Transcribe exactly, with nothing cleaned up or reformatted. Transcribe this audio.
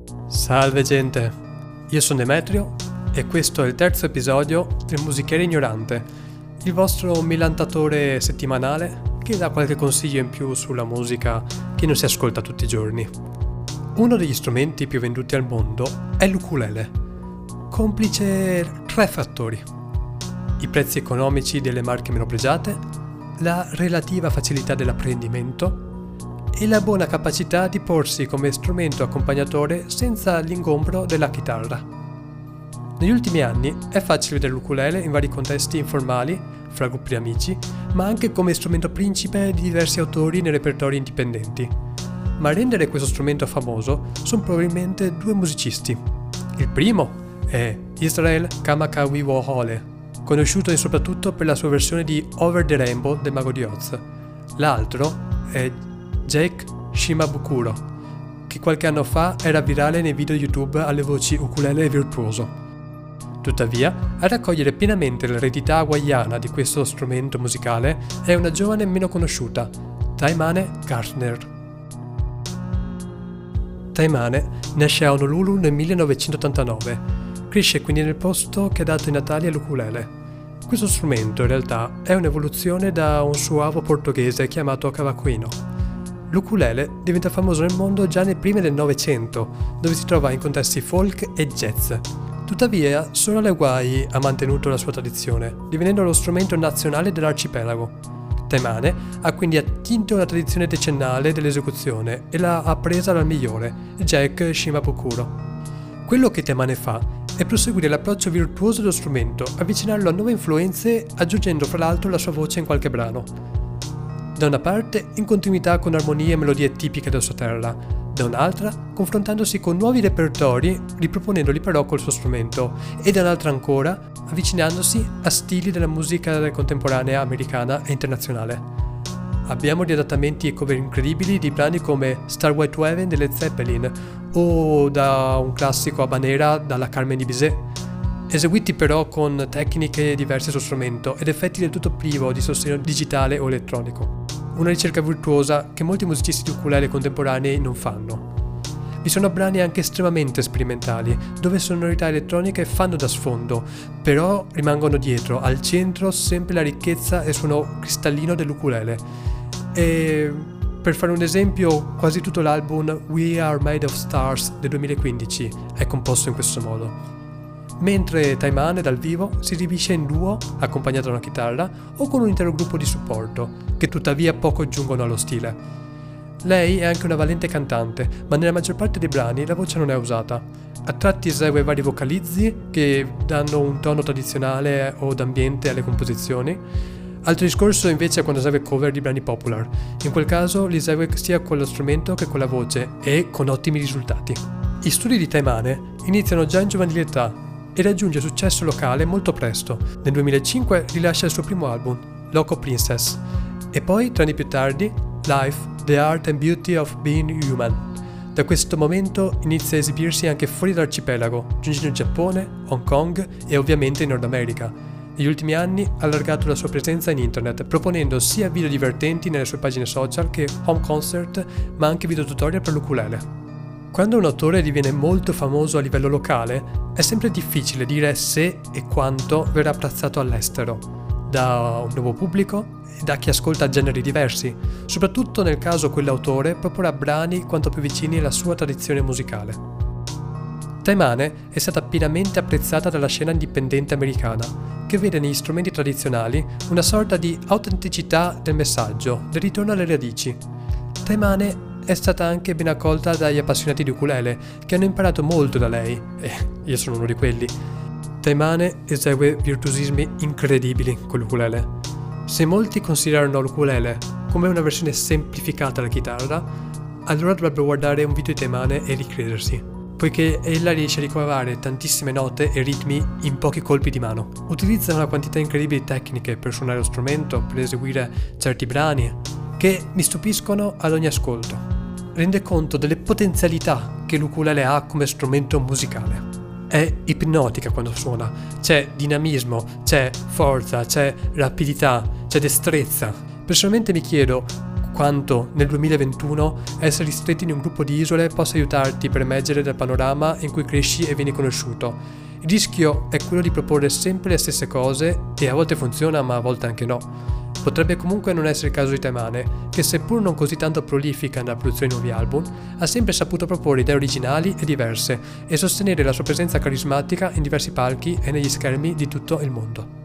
Salve gente, io sono Demetrio e questo è il terzo episodio del Musichiere Ignorante, il vostro millantatore settimanale che dà qualche consiglio in più sulla musica che non si ascolta tutti i giorni. Uno degli strumenti più venduti al mondo è l'ukulele, complice tre fattori: i prezzi economici delle marche meno pregiate, la relativa facilità dell'apprendimento e la buona capacità di porsi come strumento accompagnatore senza l'ingombro della chitarra. Negli ultimi anni è facile vedere l'ukulele in vari contesti informali, fra gruppi di amici, ma anche come strumento principe di diversi autori nei repertori indipendenti. Ma a rendere questo strumento famoso sono probabilmente due musicisti. Il primo è Israel Kamakawiwo'ole, conosciuto soprattutto per la sua versione di Over the Rainbow del Mago di Oz. L'altro è Jake Shimabukuro, che qualche anno fa era virale nei video YouTube alle voci ukulele virtuoso. Tuttavia, a raccogliere pienamente l'eredità hawaiana di questo strumento musicale è una giovane meno conosciuta, Taimane Gardner. Taimane nasce a Honolulu nel millenovecentottantanove, cresce quindi nel posto che ha dato i natali all'ukulele. Questo strumento in realtà è un'evoluzione da un suavo portoghese chiamato cavaquinho. L'ukulele diventa famoso nel mondo già nel prime del Novecento, dove si trova in contesti folk e jazz. Tuttavia, solo l'Hawaii ha mantenuto la sua tradizione, divenendo lo strumento nazionale dell'arcipelago. Taimane ha quindi attinto una tradizione decennale dell'esecuzione e l'ha appresa dal migliore, Jake Shimabukuro. Quello che Taimane fa è proseguire l'approccio virtuoso dello strumento, avvicinarlo a nuove influenze, aggiungendo fra l'altro la sua voce in qualche brano. Da una parte in continuità con armonie e melodie tipiche della sua terra, da un'altra confrontandosi con nuovi repertori, riproponendoli però col suo strumento, e da un'altra ancora avvicinandosi a stili della musica contemporanea americana e internazionale. Abbiamo riadattamenti e cover incredibili di brani come Starway to Heaven delle Zeppelin o da un classico habanera dalla Carmen di Bizet, eseguiti però con tecniche diverse sullo strumento ed effetti del tutto privo di sostegno digitale o elettronico. Una ricerca virtuosa che molti musicisti di ukulele contemporanei non fanno. Vi sono brani anche estremamente sperimentali, dove sonorità elettroniche fanno da sfondo, però rimangono dietro, al centro sempre la ricchezza e il suono cristallino dell'ukulele. E per fare un esempio, quasi tutto l'album We Are Made of Stars del duemilaquindici è composto in questo modo. Mentre Taimane dal vivo si esibisce in duo, accompagnato da una chitarra, o con un intero gruppo di supporto, che tuttavia poco aggiungono allo stile. Lei è anche una valente cantante, ma nella maggior parte dei brani la voce non è usata. A tratti esegue vari vocalizzi che danno un tono tradizionale o d'ambiente alle composizioni. Altro discorso invece è quando esegue cover di brani popular. In quel caso li esegue sia con lo strumento che con la voce, e con ottimi risultati. Gli studi di Taimane iniziano già in giovanile età e raggiunge successo locale molto presto. Nel duemilacinque rilascia il suo primo album, Loco Princess, e poi, tre anni più tardi, Life, The Art and Beauty of Being Human. Da questo momento inizia a esibirsi anche fuori dall'arcipelago, giungendo in Giappone, Hong Kong e ovviamente in Nord America. Negli ultimi anni ha allargato la sua presenza in internet, proponendo sia video divertenti nelle sue pagine social che home concert, ma anche video tutorial per l'ukulele. Quando un autore diviene molto famoso a livello locale, è sempre difficile dire se e quanto verrà apprezzato all'estero, da un nuovo pubblico e da chi ascolta generi diversi, soprattutto nel caso quell'autore proporrà brani quanto più vicini alla sua tradizione musicale. Taimane è stata pienamente apprezzata dalla scena indipendente americana, che vede negli strumenti tradizionali una sorta di autenticità del messaggio, del ritorno alle radici. Taimane è stata anche ben accolta dagli appassionati di ukulele, che hanno imparato molto da lei, e io sono uno di quelli. Taimane esegue virtuosismi incredibili con l'ukulele. Se molti considerano l'ukulele come una versione semplificata della chitarra, allora dovrebbero guardare un video di Taimane e ricredersi, poiché ella riesce a ricavare tantissime note e ritmi in pochi colpi di mano. Utilizza una quantità incredibile di tecniche per suonare lo strumento, per eseguire certi brani, che mi stupiscono ad ogni ascolto. Rende conto delle potenzialità che l'ukulele ha come strumento musicale. È ipnotica quando suona, c'è dinamismo, c'è forza, c'è rapidità, c'è destrezza. Personalmente mi chiedo quanto nel duemilaventuno essere ristretti in un gruppo di isole possa aiutarti per emergere dal panorama in cui cresci e vieni conosciuto. Il rischio è quello di proporre sempre le stesse cose e a volte funziona ma a volte anche no. Potrebbe comunque non essere il caso di Taimane, che seppur non così tanto prolifica nella produzione di nuovi album, ha sempre saputo proporre idee originali e diverse e sostenere la sua presenza carismatica in diversi palchi e negli schermi di tutto il mondo.